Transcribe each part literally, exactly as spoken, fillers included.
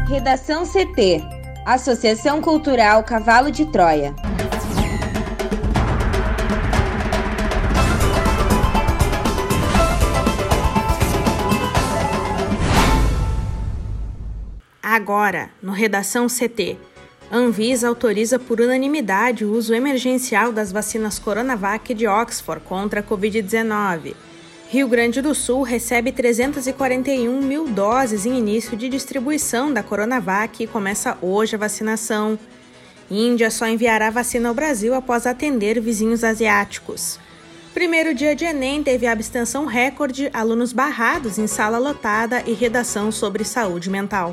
Redação C T, Associação Cultural Cavalo de Troia. Agora, no Redação C T, Anvisa autoriza por unanimidade o uso emergencial das vacinas Coronavac de Oxford contra a covid dezenove. Rio Grande do Sul recebe trezentas e quarenta e um mil doses em início de distribuição da Coronavac e começa hoje a vacinação. Índia só enviará vacina ao Brasil após atender vizinhos asiáticos. Primeiro dia de Enem teve abstenção recorde, alunos barrados em sala lotada e redação sobre saúde mental.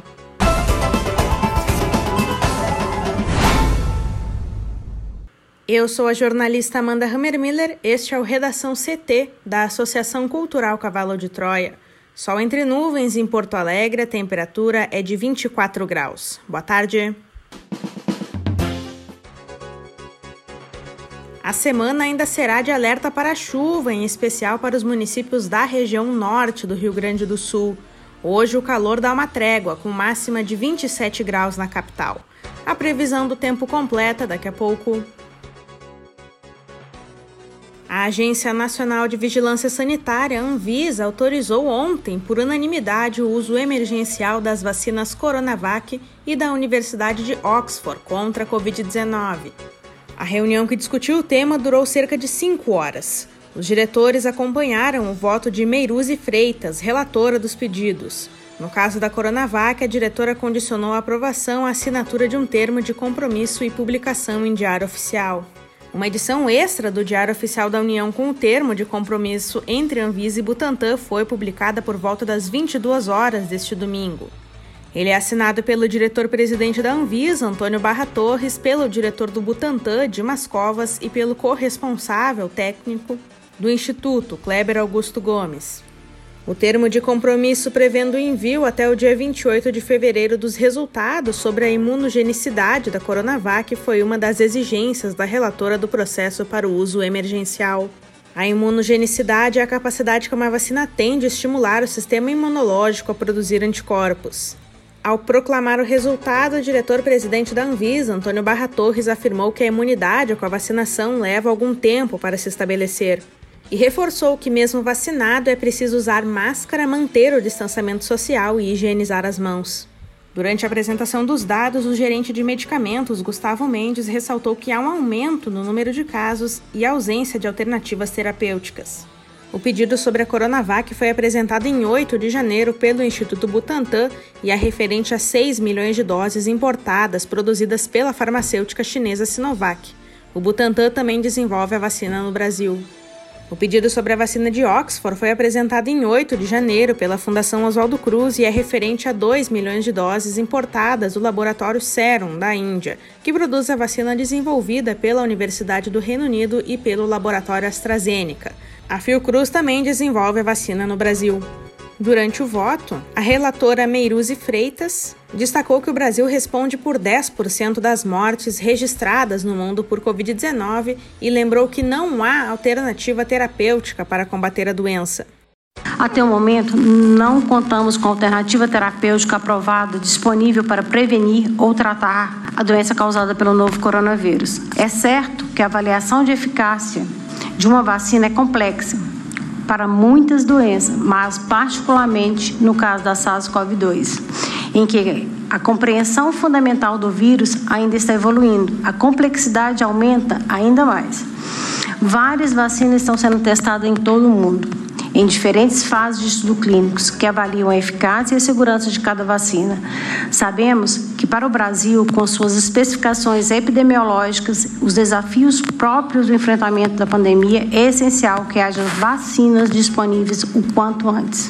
Eu sou a jornalista Amanda Hammermiller, este é o Redação C T, da Associação Cultural Cavalo de Troia. Sol entre nuvens em Porto Alegre, a temperatura é de vinte e quatro graus. Boa tarde. A semana ainda será de alerta para chuva, em especial para os municípios da região norte do Rio Grande do Sul. Hoje o calor dá uma trégua, com máxima de vinte e sete graus na capital. A previsão do tempo completa daqui a pouco. A Agência Nacional de Vigilância Sanitária, Anvisa, autorizou ontem, por unanimidade, o uso emergencial das vacinas Coronavac e da Universidade de Oxford contra a covid dezenove. A reunião que discutiu o tema durou cerca de cinco horas. Os diretores acompanharam o voto de Meiruzi Freitas, relatora dos pedidos. No caso da Coronavac, a diretora condicionou a aprovação à assinatura de um termo de compromisso e publicação em Diário Oficial. Uma edição extra do Diário Oficial da União com o termo de compromisso entre Anvisa e Butantan foi publicada por volta das vinte e duas horas deste domingo. Ele é assinado pelo diretor-presidente da Anvisa, Antônio Barra Torres, pelo diretor do Butantan, Dimas Covas, e pelo corresponsável técnico do Instituto, Kleber Augusto Gomes. O termo de compromisso prevendo o envio até o dia vinte e oito de fevereiro dos resultados sobre a imunogenicidade da Coronavac foi uma das exigências da relatora do processo para o uso emergencial. A imunogenicidade é a capacidade que uma vacina tem de estimular o sistema imunológico a produzir anticorpos. Ao proclamar o resultado, o diretor-presidente da Anvisa, Antônio Barra Torres, afirmou que a imunidade com a vacinação leva algum tempo para se estabelecer. E reforçou que, mesmo vacinado, é preciso usar máscara, manter o distanciamento social e higienizar as mãos. Durante a apresentação dos dados, o gerente de medicamentos, Gustavo Mendes, ressaltou que há um aumento no número de casos e ausência de alternativas terapêuticas. O pedido sobre a Coronavac foi apresentado em oito de janeiro pelo Instituto Butantan e é referente a seis milhões de doses importadas produzidas pela farmacêutica chinesa Sinovac. O Butantan também desenvolve a vacina no Brasil. O pedido sobre a vacina de Oxford foi apresentado em oito de janeiro pela Fundação Oswaldo Cruz e é referente a dois milhões de doses importadas do laboratório Serum, da Índia, que produz a vacina desenvolvida pela Universidade do Reino Unido e pelo laboratório AstraZeneca. A Fiocruz também desenvolve a vacina no Brasil. Durante o voto, a relatora Meiruzi Freitas destacou que o Brasil responde por dez por cento das mortes registradas no mundo por covid dezenove e lembrou que não há alternativa terapêutica para combater a doença. Até o momento, não contamos com alternativa terapêutica aprovada disponível para prevenir ou tratar a doença causada pelo novo coronavírus. É certo que a avaliação de eficácia de uma vacina é complexa para muitas doenças, mas particularmente no caso da SARS-CoV dois, em que a compreensão fundamental do vírus ainda está evoluindo, a complexidade aumenta ainda mais. Várias vacinas estão sendo testadas em todo o mundo, em diferentes fases de estudos clínicos que avaliam a eficácia e a segurança de cada vacina. Sabemos que para o Brasil, com suas especificações epidemiológicas, os desafios próprios do enfrentamento da pandemia, é essencial que haja vacinas disponíveis o quanto antes.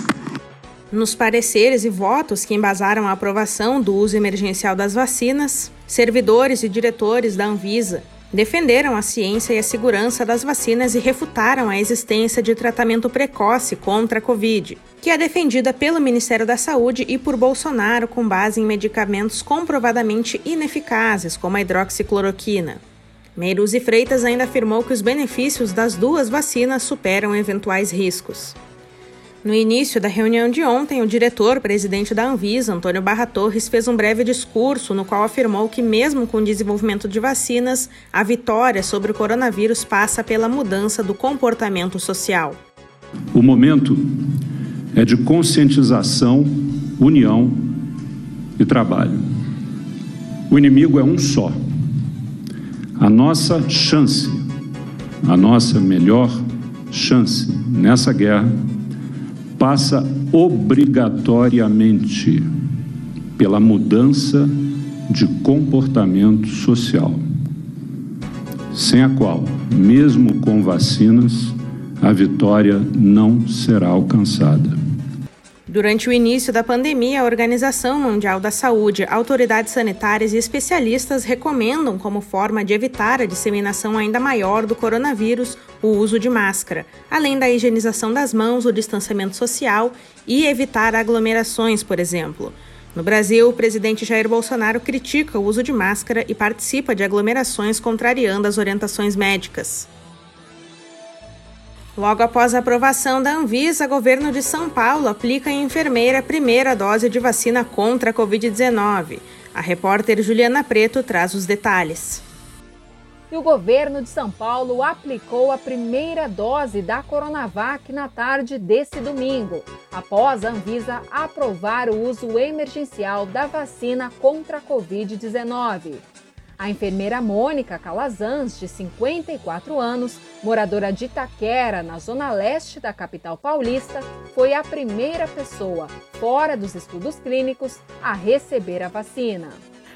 Nos pareceres e votos que embasaram a aprovação do uso emergencial das vacinas, servidores e diretores da Anvisa defenderam a ciência e a segurança das vacinas e refutaram a existência de tratamento precoce contra a Covid, que é defendida pelo Ministério da Saúde e por Bolsonaro com base em medicamentos comprovadamente ineficazes, como a hidroxicloroquina. Meiruzi Freitas ainda afirmou que os benefícios das duas vacinas superam eventuais riscos. No início da reunião de ontem, o diretor-presidente da Anvisa, Antônio Barra Torres, fez um breve discurso no qual afirmou que, mesmo com o desenvolvimento de vacinas, a vitória sobre o coronavírus passa pela mudança do comportamento social. O momento é de conscientização, união e trabalho. O inimigo é um só. A nossa chance, a nossa melhor chance nessa guerra passa obrigatoriamente pela mudança de comportamento social, sem a qual, mesmo com vacinas, a vitória não será alcançada. Durante o início da pandemia, a Organização Mundial da Saúde, autoridades sanitárias e especialistas recomendam, como forma de evitar a disseminação ainda maior do coronavírus, o uso de máscara, além da higienização das mãos, o distanciamento social e evitar aglomerações, por exemplo. No Brasil, o presidente Jair Bolsonaro critica o uso de máscara e participa de aglomerações contrariando as orientações médicas. Logo após a aprovação da Anvisa, o governo de São Paulo aplica em enfermeira a primeira dose de vacina contra a covid dezenove. A repórter Juliana Preto traz os detalhes. E o governo de São Paulo aplicou a primeira dose da Coronavac na tarde desse domingo, após a Anvisa aprovar o uso emergencial da vacina contra a covid dezenove. A enfermeira Mônica Calazans, de cinquenta e quatro anos, moradora de Itaquera, na zona leste da capital paulista, foi a primeira pessoa fora dos estudos clínicos a receber a vacina.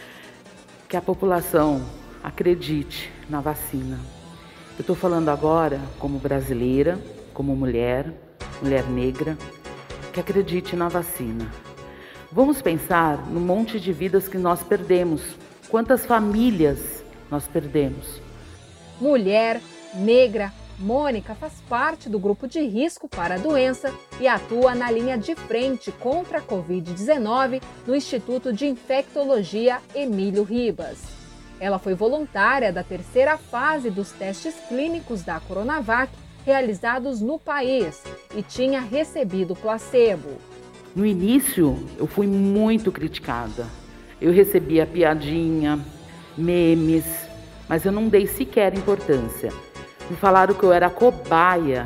Que a população acredite na vacina. Eu estou falando agora como brasileira, como mulher, mulher negra, que acredite na vacina. Vamos pensar no monte de vidas que nós perdemos. Quantas famílias nós perdemos? Mulher, negra, Mônica faz parte do grupo de risco para a doença e atua na linha de frente contra a covid dezenove no Instituto de Infectologia Emílio Ribas. Ela foi voluntária da terceira fase dos testes clínicos da Coronavac realizados no país e tinha recebido placebo. No início, eu fui muito criticada. Eu recebia piadinha, memes, mas eu não dei sequer importância. Me falaram que eu era cobaia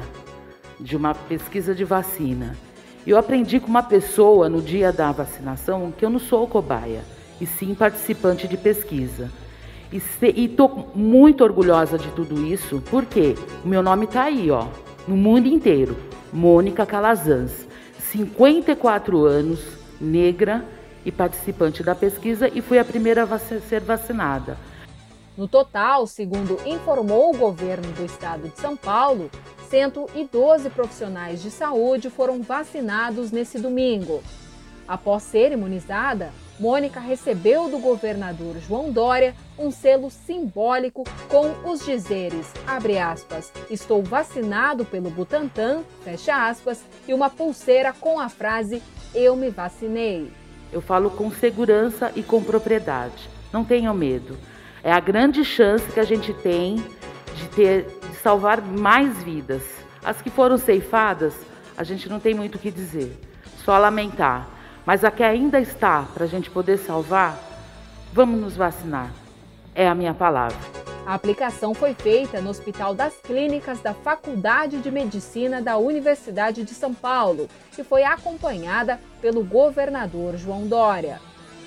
de uma pesquisa de vacina. E eu aprendi com uma pessoa no dia da vacinação que eu não sou cobaia, e sim participante de pesquisa. E estou muito orgulhosa de tudo isso, porque o meu nome está aí, ó, no mundo inteiro. Mônica Calazans, cinquenta e quatro anos, negra, e participante da pesquisa, e fui a primeira a ser vacinada. No total, segundo informou o governo do estado de São Paulo, cento e doze profissionais de saúde foram vacinados nesse domingo. Após ser imunizada, Mônica recebeu do governador João Dória um selo simbólico com os dizeres, abre aspas, estou vacinado pelo Butantan, fecha aspas, e uma pulseira com a frase, eu me vacinei. Eu falo com segurança e com propriedade. Não tenham medo. É a grande chance que a gente tem de, ter, de salvar mais vidas. As que foram ceifadas, a gente não tem muito o que dizer. Só lamentar. Mas a que ainda está para a gente poder salvar, vamos nos vacinar. É a minha palavra. A aplicação foi feita no Hospital das Clínicas da Faculdade de Medicina da Universidade de São Paulo e foi acompanhada pelo governador João Dória.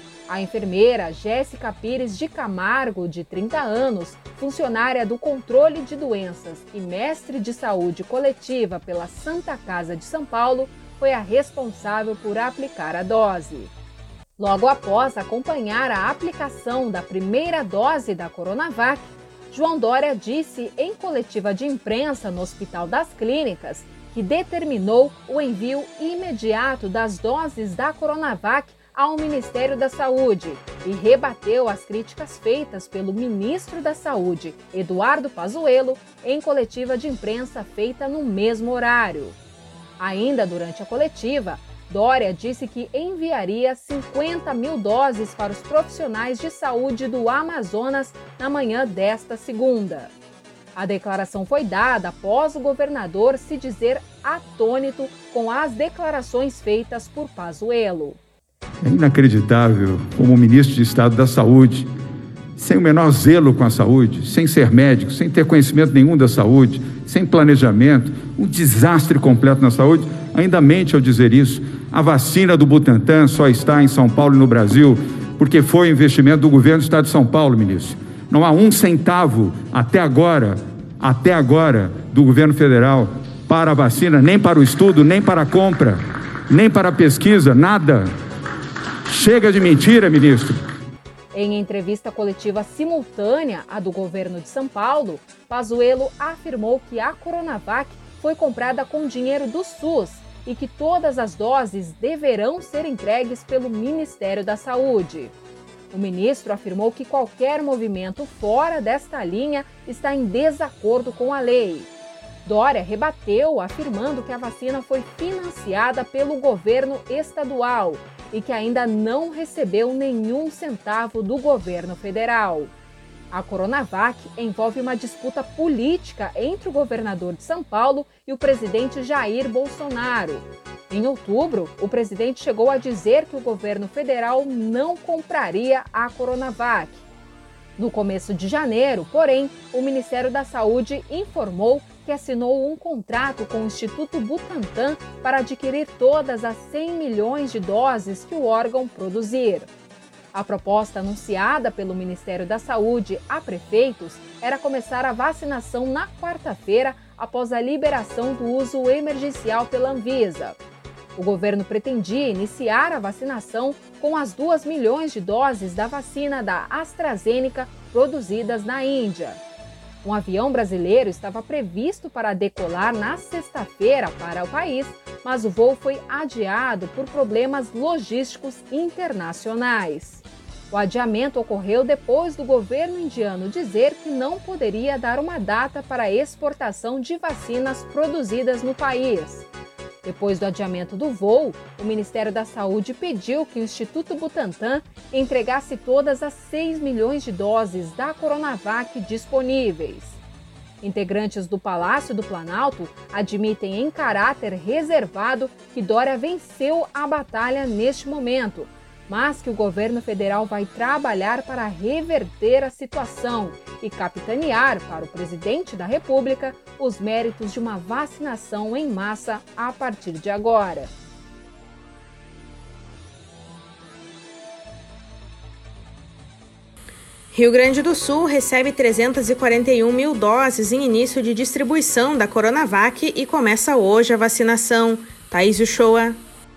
A enfermeira Jéssica Pires de Camargo, de trinta anos, funcionária do controle de doenças e mestre de saúde coletiva pela Santa Casa de São Paulo, foi a responsável por aplicar a dose. Logo após acompanhar a aplicação da primeira dose da Coronavac, João Dória disse em coletiva de imprensa no Hospital das Clínicas que determinou o envio imediato das doses da Coronavac ao Ministério da Saúde e rebateu as críticas feitas pelo ministro da Saúde, Eduardo Pazuello, em coletiva de imprensa feita no mesmo horário. Ainda durante a coletiva, Dória disse que enviaria cinquenta mil doses para os profissionais de saúde do Amazonas na manhã desta segunda. A declaração foi dada após o governador se dizer atônito com as declarações feitas por Pazuello. É inacreditável como o ministro de Estado da Saúde, sem o menor zelo com a saúde, sem ser médico, sem ter conhecimento nenhum da saúde, sem planejamento, um desastre completo na saúde, ainda mente ao dizer isso. A vacina do Butantan só está em São Paulo e no Brasil porque foi investimento do governo do Estado de São Paulo, ministro. Não há um centavo até agora, até agora, do governo federal para a vacina, nem para o estudo, nem para a compra, nem para a pesquisa, nada. Chega de mentira, ministro. Em entrevista coletiva simultânea à do governo de São Paulo, Pazuello afirmou que a Coronavac foi comprada com dinheiro do SUS e que todas as doses deverão ser entregues pelo Ministério da Saúde. O ministro afirmou que qualquer movimento fora desta linha está em desacordo com a lei. Dória rebateu, afirmando que a vacina foi financiada pelo governo estadual e que ainda não recebeu nenhum centavo do governo federal. A Coronavac envolve uma disputa política entre o governador de São Paulo e o presidente Jair Bolsonaro. Em outubro, o presidente chegou a dizer que o governo federal não compraria a Coronavac. No começo de janeiro, porém, o Ministério da Saúde informou que assinou um contrato com o Instituto Butantan para adquirir todas as cem milhões de doses que o órgão produzir. A proposta anunciada pelo Ministério da Saúde a prefeitos era começar a vacinação na quarta-feira após a liberação do uso emergencial pela Anvisa. O governo pretendia iniciar a vacinação com as duas milhões de doses da vacina da AstraZeneca produzidas na Índia. Um avião brasileiro estava previsto para decolar na sexta-feira para o país, mas o voo foi adiado por problemas logísticos internacionais. O adiamento ocorreu depois do governo indiano dizer que não poderia dar uma data para a exportação de vacinas produzidas no país. Depois do adiamento do voo, o Ministério da Saúde pediu que o Instituto Butantan entregasse todas as seis milhões de doses da Coronavac disponíveis. Integrantes do Palácio do Planalto admitem em caráter reservado que Dória venceu a batalha neste momento, mas que o governo federal vai trabalhar para reverter a situação e capitanear para o presidente da República os méritos de uma vacinação em massa a partir de agora. Rio Grande do Sul recebe trezentas e quarenta e um mil doses em início de distribuição da Coronavac e começa hoje a vacinação. Thaís Uchoa.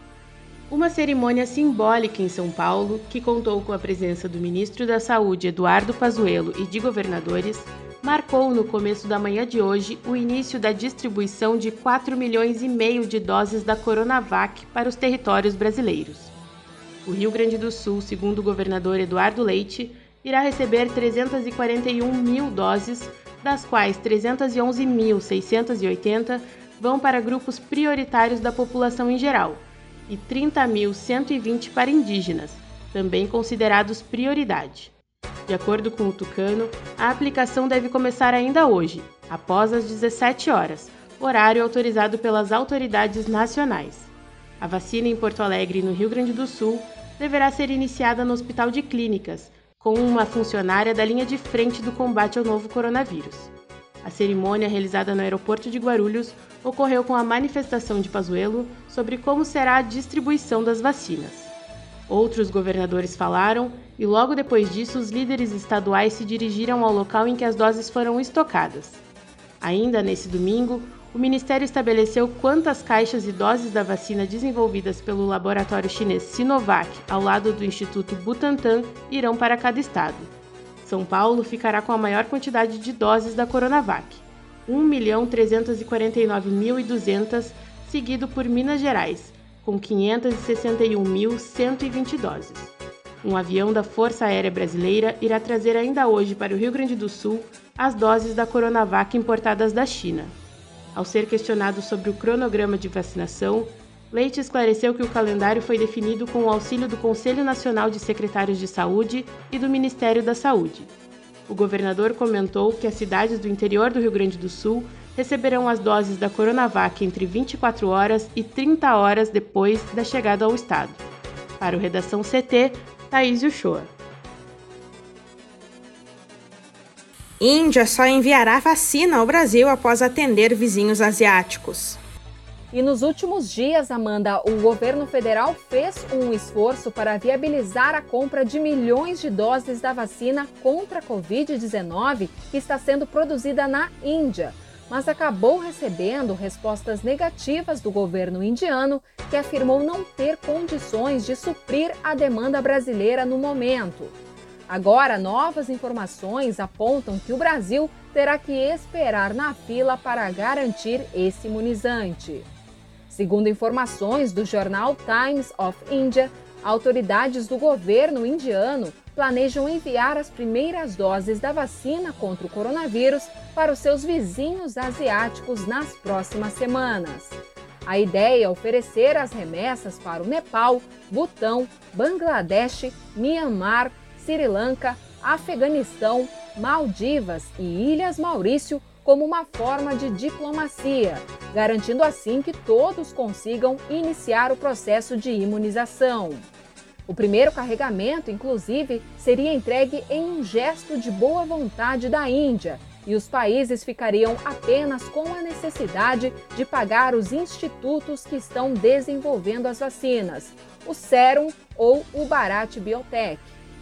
Uma cerimônia simbólica em São Paulo, que contou com a presença do ministro da Saúde, Eduardo Pazuello, e de governadores, marcou no começo da manhã de hoje o início da distribuição de quatro milhões e meio de doses da Coronavac para os territórios brasileiros. O Rio Grande do Sul, segundo o governador Eduardo Leite, irá receber trezentas e quarenta e um mil doses, das quais trezentas e onze mil seiscentas e oitenta vão para grupos prioritários da população em geral, e trinta mil cento e vinte para indígenas, também considerados prioridade. De acordo com o Tucano, a aplicação deve começar ainda hoje, após as dezessete horas, horário autorizado pelas autoridades nacionais. A vacina em Porto Alegre e no Rio Grande do Sul deverá ser iniciada no Hospital de Clínicas, com uma funcionária da linha de frente do combate ao novo coronavírus. A cerimônia, realizada no aeroporto de Guarulhos, ocorreu com a manifestação de Pazuello sobre como será a distribuição das vacinas. Outros governadores falaram e logo depois disso os líderes estaduais se dirigiram ao local em que as doses foram estocadas. Ainda nesse domingo, o Ministério estabeleceu quantas caixas e doses da vacina desenvolvidas pelo laboratório chinês Sinovac, ao lado do Instituto Butantan, irão para cada estado. São Paulo ficará com a maior quantidade de doses da Coronavac, um milhão trezentas e quarenta e nove mil e duzentas, seguido por Minas Gerais, com quinhentas e sessenta e um mil cento e vinte doses. Um avião da Força Aérea Brasileira irá trazer ainda hoje para o Rio Grande do Sul as doses da Coronavac importadas da China. Ao ser questionado sobre o cronograma de vacinação, Leite esclareceu que o calendário foi definido com o auxílio do Conselho Nacional de Secretários de Saúde e do Ministério da Saúde. O governador comentou que as cidades do interior do Rio Grande do Sul receberão as doses da Coronavac entre vinte e quatro horas e trinta horas depois da chegada ao estado. Para o Redação C T, Thaís Uchoa. Índia só enviará vacina ao Brasil após atender vizinhos asiáticos. E nos últimos dias, Amanda, o governo federal fez um esforço para viabilizar a compra de milhões de doses da vacina contra a covid dezenove que está sendo produzida na Índia, mas acabou recebendo respostas negativas do governo indiano, que afirmou não ter condições de suprir a demanda brasileira no momento. Agora, novas informações apontam que o Brasil terá que esperar na fila para garantir esse imunizante. Segundo informações do jornal Times of India, autoridades do governo indiano planejam enviar as primeiras doses da vacina contra o coronavírus para os seus vizinhos asiáticos nas próximas semanas. A ideia é oferecer as remessas para o Nepal, Butão, Bangladesh, Mianmar, Sri Lanka, Afeganistão, Maldivas e Ilhas Maurício como uma forma de diplomacia, garantindo assim que todos consigam iniciar o processo de imunização. O primeiro carregamento, inclusive, seria entregue em um gesto de boa vontade da Índia, e os países ficariam apenas com a necessidade de pagar os institutos que estão desenvolvendo as vacinas, o Serum ou o Bharat Biotech.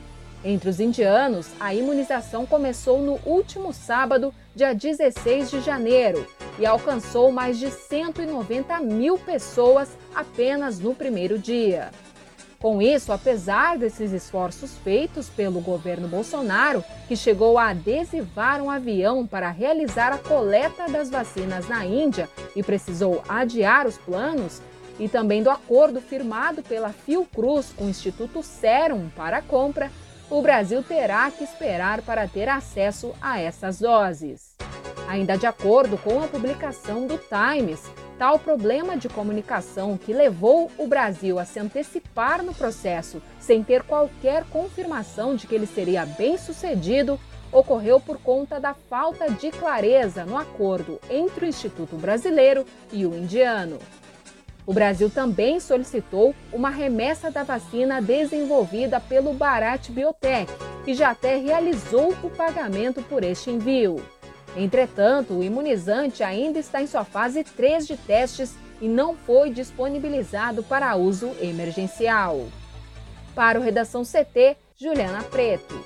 Entre os indianos, a imunização começou no último sábado, dia dezesseis de janeiro, e alcançou mais de cento e noventa mil pessoas apenas no primeiro dia. Com isso, apesar desses esforços feitos pelo governo Bolsonaro, que chegou a adesivar um avião para realizar a coleta das vacinas na Índia e precisou adiar os planos, e também do acordo firmado pela Fiocruz com o Instituto Serum para a compra, o Brasil terá que esperar para ter acesso a essas doses. Ainda de acordo com a publicação do Times, tal problema de comunicação que levou o Brasil a se antecipar no processo sem ter qualquer confirmação de que ele seria bem-sucedido ocorreu por conta da falta de clareza no acordo entre o Instituto Brasileiro e o indiano. O Brasil também solicitou uma remessa da vacina desenvolvida pelo Bharat Biotech, que já até realizou o pagamento por este envio. Entretanto, o imunizante ainda está em sua fase três de testes e não foi disponibilizado para uso emergencial. Para o Redação C T, Juliana Preto.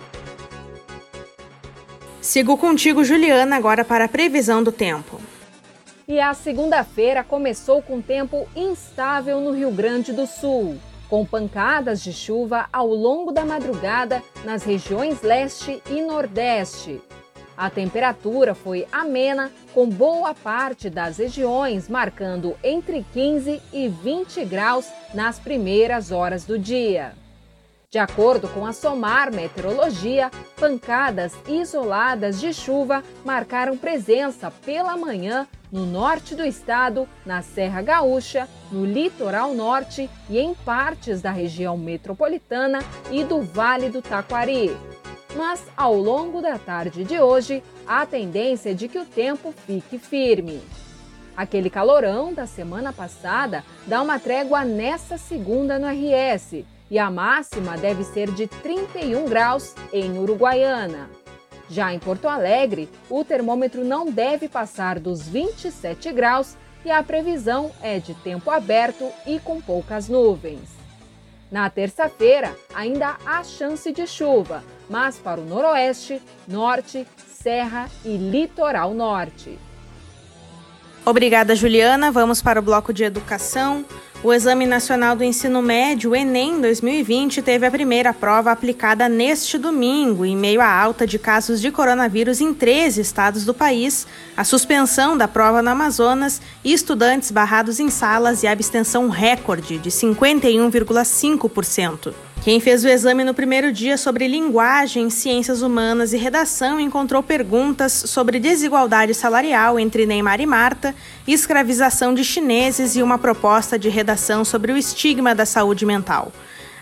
Sigo contigo, Juliana, agora para a previsão do tempo. E a segunda-feira começou com tempo instável no Rio Grande do Sul, com pancadas de chuva ao longo da madrugada nas regiões leste e nordeste. A temperatura foi amena, com boa parte das regiões marcando entre quinze e vinte graus nas primeiras horas do dia. De acordo com a SOMAR Meteorologia, pancadas isoladas de chuva marcaram presença pela manhã no norte do estado, na Serra Gaúcha, no litoral norte e em partes da região metropolitana e do Vale do Taquari. Mas, ao longo da tarde de hoje, a tendência é de que o tempo fique firme. Aquele calorão da semana passada dá uma trégua nesta segunda no R S, e a máxima deve ser de trinta e um graus em Uruguaiana. Já em Porto Alegre, o termômetro não deve passar dos vinte e sete graus e a previsão é de tempo aberto e com poucas nuvens. Na terça-feira, ainda há chance de chuva, mas para o noroeste, norte, serra e litoral norte. Obrigada, Juliana. Vamos para o bloco de educação. O Exame Nacional do Ensino Médio, o Enem dois mil e vinte, teve a primeira prova aplicada neste domingo, em meio à alta de casos de coronavírus em treze estados do país, a suspensão da prova no Amazonas e estudantes barrados em salas e abstenção recorde de cinquenta e um vírgula cinco por cento. Quem fez o exame no primeiro dia sobre linguagem, ciências humanas e redação encontrou perguntas sobre desigualdade salarial entre Neymar e Marta, escravização de chineses e uma proposta de redação sobre o estigma da saúde mental.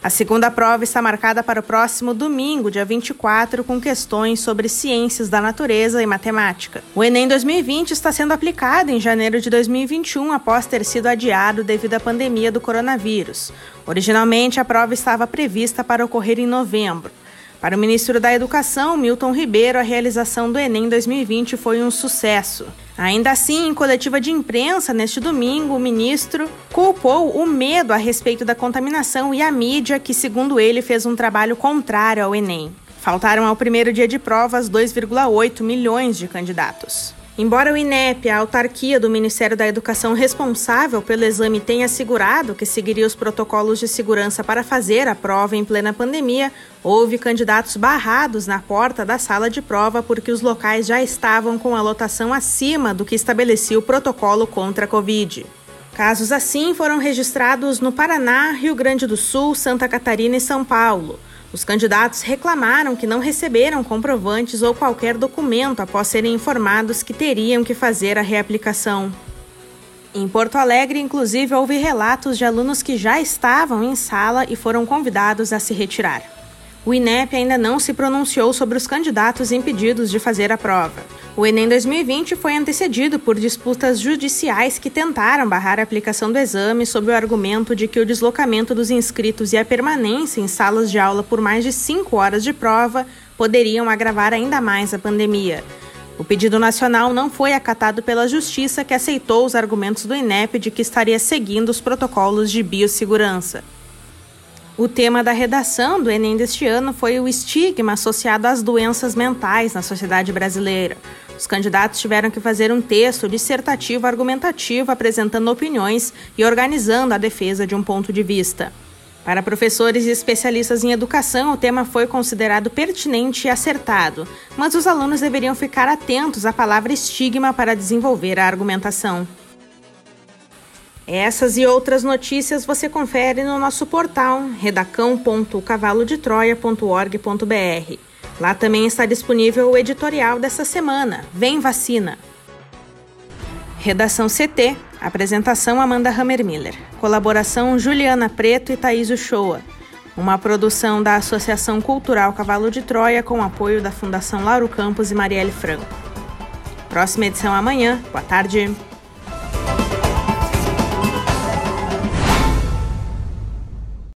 A segunda prova está marcada para o próximo domingo, dia vinte e quatro, com questões sobre ciências da natureza e matemática. O Enem dois mil e vinte está sendo aplicado em janeiro de dois mil e vinte e um, após ter sido adiado devido à pandemia do coronavírus. Originalmente, a prova estava prevista para ocorrer em novembro. Para o ministro da Educação, Milton Ribeiro, a realização do Enem dois mil e vinte foi um sucesso. Ainda assim, em coletiva de imprensa neste domingo, o ministro culpou o medo a respeito da contaminação e a mídia, que, segundo ele, fez um trabalho contrário ao Enem. Faltaram ao primeiro dia de provas dois vírgula oito milhões de candidatos. Embora o INEP, a autarquia do Ministério da Educação responsável pelo exame, tenha assegurado que seguiria os protocolos de segurança para fazer a prova em plena pandemia, houve candidatos barrados na porta da sala de prova porque os locais já estavam com a lotação acima do que estabelecia o protocolo contra a Covid. Casos assim foram registrados no Paraná, Rio Grande do Sul, Santa Catarina e São Paulo. Os candidatos reclamaram que não receberam comprovantes ou qualquer documento após serem informados que teriam que fazer a reaplicação. Em Porto Alegre, inclusive, houve relatos de alunos que já estavam em sala e foram convidados a se retirar. O INEP ainda não se pronunciou sobre os candidatos impedidos de fazer a prova. O Enem dois mil e vinte foi antecedido por disputas judiciais que tentaram barrar a aplicação do exame sob o argumento de que o deslocamento dos inscritos e a permanência em salas de aula por mais de cinco horas de prova poderiam agravar ainda mais a pandemia. O pedido nacional não foi acatado pela Justiça, que aceitou os argumentos do INEP de que estaria seguindo os protocolos de biossegurança. O tema da redação do Enem deste ano foi o estigma associado às doenças mentais na sociedade brasileira. Os candidatos tiveram que fazer um texto dissertativo argumentativo apresentando opiniões e organizando a defesa de um ponto de vista. Para professores e especialistas em educação, o tema foi considerado pertinente e acertado, mas os alunos deveriam ficar atentos à palavra estigma para desenvolver a argumentação. Essas e outras notícias você confere no nosso portal redacão ponto cavalo de troia ponto org ponto br. Lá também está disponível o editorial dessa semana, Vem Vacina. Redação C T, apresentação Amanda Hammermiller, colaboração Juliana Preto e Thaís Uchoa. Uma produção da Associação Cultural Cavalo de Troia com apoio da Fundação Lauro Campos e Marielle Franco. Próxima edição amanhã. Boa tarde.